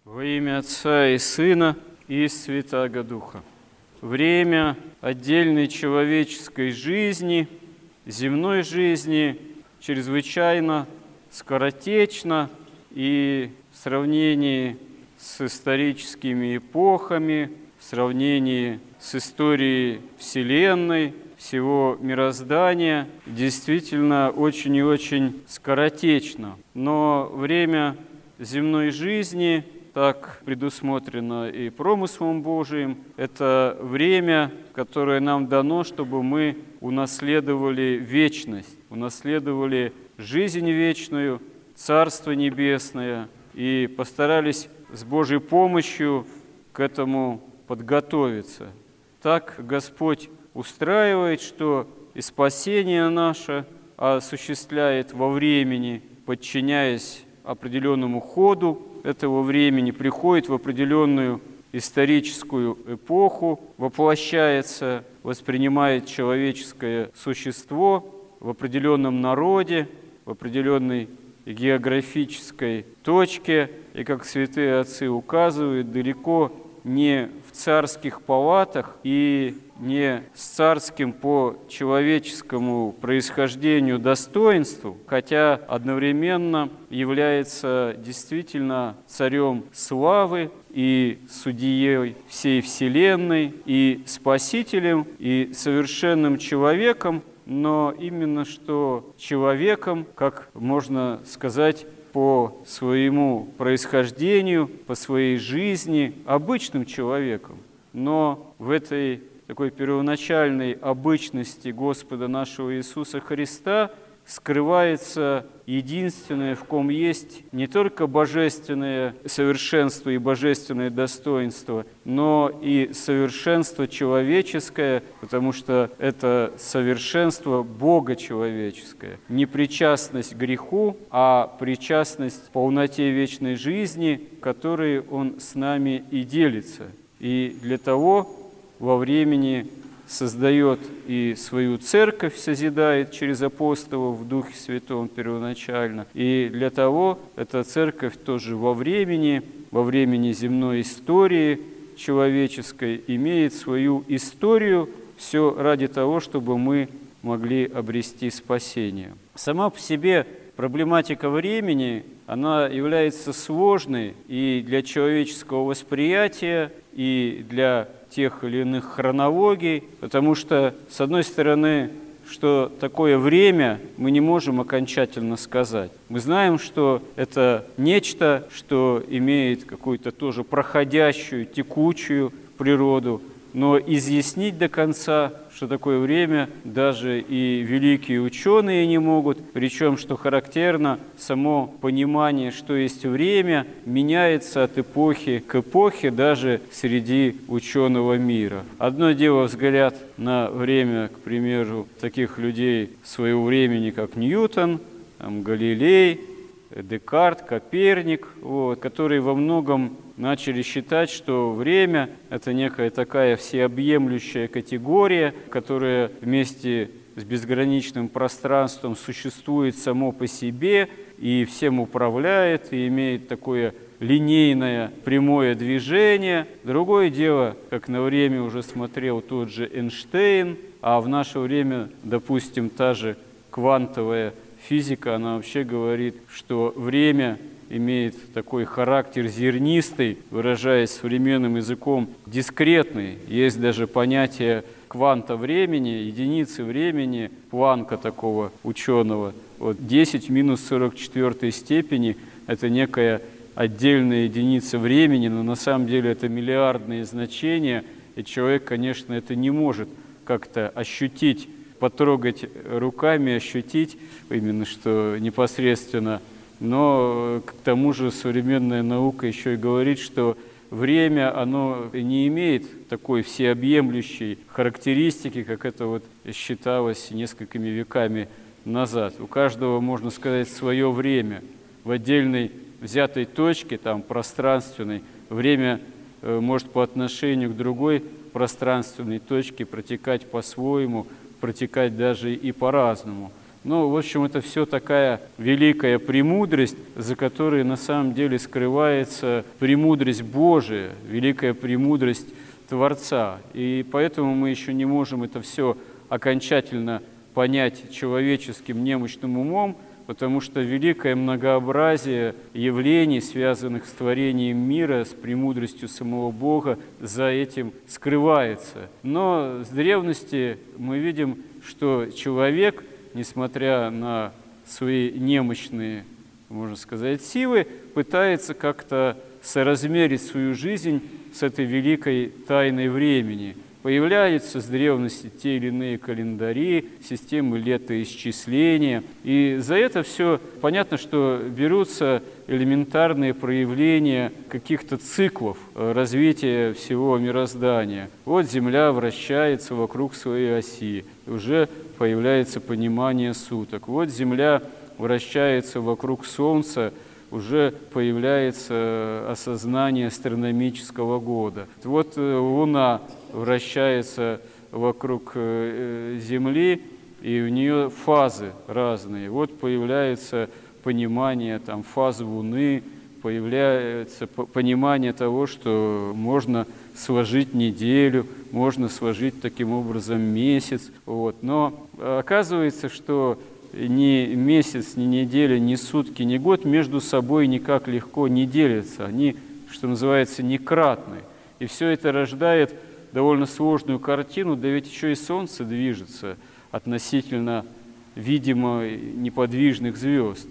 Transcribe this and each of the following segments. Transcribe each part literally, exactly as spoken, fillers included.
Во имя Отца и Сына и Святаго Духа. Время отдельной человеческой жизни, земной жизни, чрезвычайно скоротечно, и в сравнении с историческими эпохами, в сравнении с историей Вселенной, всего мироздания, действительно очень и очень скоротечно. Но время земной жизни, так предусмотрено и промыслом Божиим, это время, которое нам дано, чтобы мы унаследовали вечность, унаследовали жизнь вечную, Царство Небесное, и постарались с Божьей помощью к этому подготовиться. Так Господь устраивает, что и спасение наше осуществляет во времени, подчиняясь определенному ходу этого времени, приходит в определенную историческую эпоху, воплощается, воспринимает человеческое существо в определенном народе, в определенной географической точке, и, как святые отцы указывают, далеко не в царских палатах и не с царским по человеческому происхождению достоинству, хотя одновременно является действительно царем славы и судьей всей вселенной, и спасителем, и совершенным человеком, но именно что человеком, как можно сказать, по своему происхождению, по своей жизни, обычным человеком. Но в этой такой первоначальной обычности Господа нашего Иисуса Христа скрывается единственное, в ком есть не только божественное совершенство и божественное достоинство, но и совершенство человеческое, потому что это совершенство Бога человеческое. Не причастность к греху, а причастность к полноте вечной жизни, которой Он с нами и делится. И для того во времени создает и свою церковь, созидает через апостолов в Духе Святом первоначально. И для того эта церковь тоже во времени, во времени земной истории человеческой имеет свою историю, все ради того, чтобы мы могли обрести спасение. Сама по себе проблематика времени, она является сложной и для человеческого восприятия, и для тех или иных хронологий, потому что, с одной стороны, что такое время, мы не можем окончательно сказать. Мы знаем, что это нечто, что имеет какую-то тоже проходящую, текучую природу, но изъяснить до конца, что такое время, даже и великие ученые не могут. Причем, что характерно, само понимание, что есть время, меняется от эпохи к эпохе даже среди ученого мира. Одно дело взгляд на время, к примеру, таких людей своего времени, как Ньютон, там, Галилей, Декарт, Коперник, вот, которые во многом начали считать, что время – это некая такая всеобъемлющая категория, которая вместе с безграничным пространством существует само по себе и всем управляет, и имеет такое линейное прямое движение. Другое дело, как на время уже смотрел тот же Эйнштейн, а в наше время, допустим, та же квантовая физика, она вообще говорит, что время имеет такой характер зернистый, выражаясь современным языком, дискретный. Есть даже понятие кванта времени, единицы времени, Планка такого ученого. Вот десять в минус сорок четвёртой степени – это некая отдельная единица времени, но на самом деле это миллиардные значения, и человек, конечно, это не может как-то ощутить, потрогать руками, ощутить, именно что непосредственно. Но к тому же современная наука еще и говорит, что время, оно не имеет такой всеобъемлющей характеристики, как это вот считалось несколькими веками назад. У каждого, можно сказать, свое время. В отдельной взятой точке, там, пространственной, время э, может по отношению к другой пространственной точке протекать по-своему, протекать даже и по-разному. Ну, в общем, это все такая великая премудрость, за которой на самом деле скрывается премудрость Божия, великая премудрость Творца. И поэтому мы еще не можем это все окончательно понять человеческим немощным умом, потому что великое многообразие явлений, связанных с творением мира, с премудростью самого Бога, за этим скрывается. Но с древности мы видим, что человек, несмотря на свои немощные, можно сказать, силы, пытается как-то соразмерить свою жизнь с этой великой тайной времени. Появляются с древности те или иные календари, системы летоисчисления. И за это все понятно, что берутся элементарные проявления каких-то циклов развития всего мироздания. Вот Земля вращается вокруг своей оси, уже появляется понимание суток. Вот Земля вращается вокруг Солнца, уже появляется осознание астрономического года. Вот Луна вращается вокруг Земли, и у нее фазы разные. Вот появляется понимание там, фаз Луны, появляется понимание того, что можно сложить неделю, можно сложить таким образом месяц. Вот. Но оказывается, что ни месяц, ни неделя, ни сутки, ни год между собой никак легко не делятся. Они, что называется, некратны. И все это рождает довольно сложную картину, да ведь еще и Солнце движется относительно, видимо, неподвижных звезд.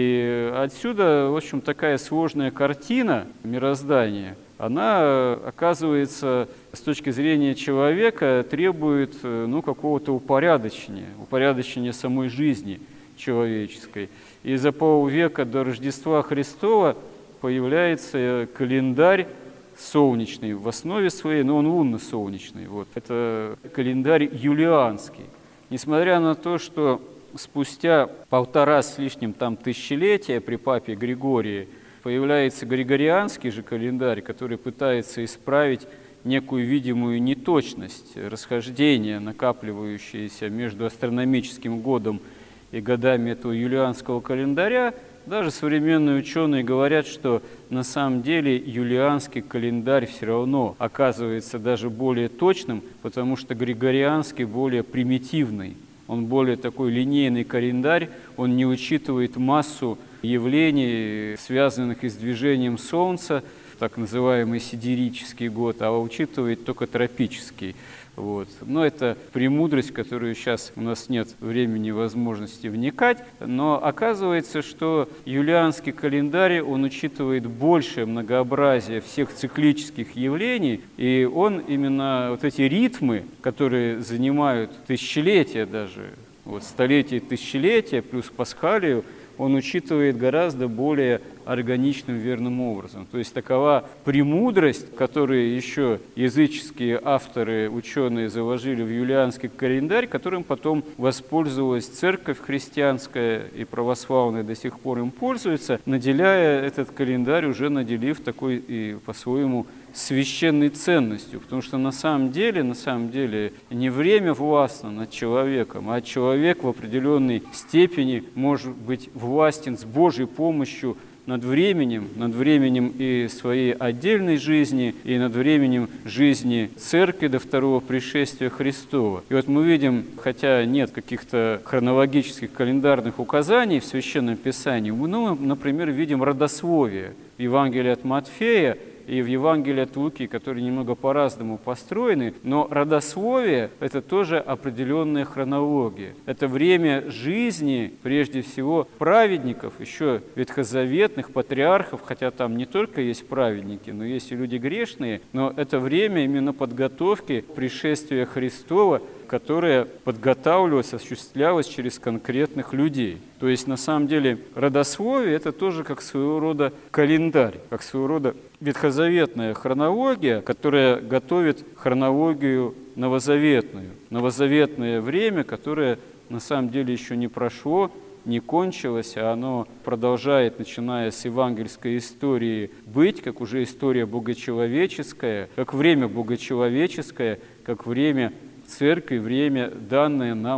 И отсюда, в общем, такая сложная картина мироздания, она, оказывается, с точки зрения человека требует ну, какого-то упорядочения, упорядочения самой жизни человеческой. И за полвека до Рождества Христова появляется календарь солнечный в основе своей, но он лунно-солнечный. Вот. Это календарь юлианский. Несмотря на то, что спустя полтора с лишним там тысячелетия при папе Григории появляется григорианский же календарь, который пытается исправить некую видимую неточность, расхождение, накапливающееся между астрономическим годом и годами этого юлианского календаря. Даже современные ученые говорят, что на самом деле юлианский календарь все равно оказывается даже более точным, потому что григорианский более примитивный. Он более такой линейный календарь, он не учитывает массу явлений, связанных и с движением Солнца, так называемый сидерический год, а учитывает только тропический. Вот. Но это премудрость, в которую сейчас у нас нет времени и возможности вникать. Но оказывается, что юлианский календарь, он учитывает большее многообразие всех циклических явлений, и он именно вот эти ритмы, которые занимают тысячелетия даже, вот столетия и тысячелетия, плюс пасхалию, он учитывает гораздо более органичным, верным образом. То есть такова премудрость, которую еще языческие авторы, ученые заложили в юлианский календарь, которым потом воспользовалась церковь христианская и православная, до сих пор им пользуется, наделяя этот календарь, уже наделив такой и по-своему священной ценностью, потому что на самом деле, на самом деле не время властно над человеком, а человек в определенной степени может быть властен с Божьей помощью над временем, над временем и своей отдельной жизни, и над временем жизни Церкви до второго пришествия Христова. И вот мы видим, хотя нет каких-то хронологических календарных указаний в Священном Писании, мы, ну, например, видим родословие в Евангелии от Матфея и в Евангелии от Луки, которые немного по-разному построены, но родословие – это тоже определенная хронология. Это время жизни, прежде всего, праведников, еще ветхозаветных патриархов, хотя там не только есть праведники, но есть и люди грешные, но это время именно подготовки пришествия Христова, которое подготавливалось, осуществлялось через конкретных людей. То есть, на самом деле, родословие – это тоже как своего рода календарь, как своего рода ветхозаветная хронология, которая готовит хронологию новозаветную. Новозаветное время, которое на самом деле еще не прошло, не кончилось, а оно продолжает, начиная с евангельской истории, быть, как уже история богочеловеческая, как время богочеловеческое, как время Церкви, время, данное нам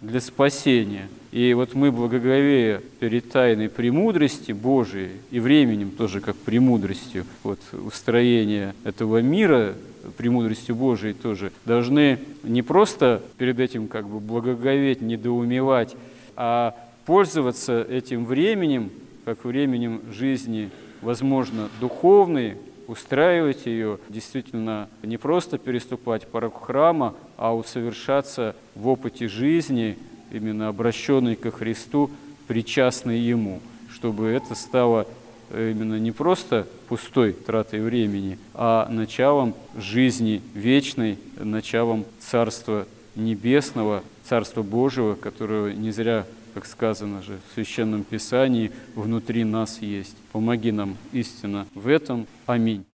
для спасения. И вот мы, благоговея перед тайной премудрости Божией и временем тоже как премудростью вот, устроения этого мира, премудростью Божией тоже, должны не просто перед этим как бы благоговеть, недоумевать, а пользоваться этим временем, как временем жизни, возможно, духовной, устраивать ее, действительно не просто переступать порог храма, а усовершаться в опыте жизни, именно обращенный ко Христу, причастный Ему, чтобы это стало именно не просто пустой тратой времени, а началом жизни вечной, началом Царства Небесного, Царства Божьего, которое не зря, как сказано же в Священном Писании, внутри нас есть. Помоги нам истинно в этом. Аминь.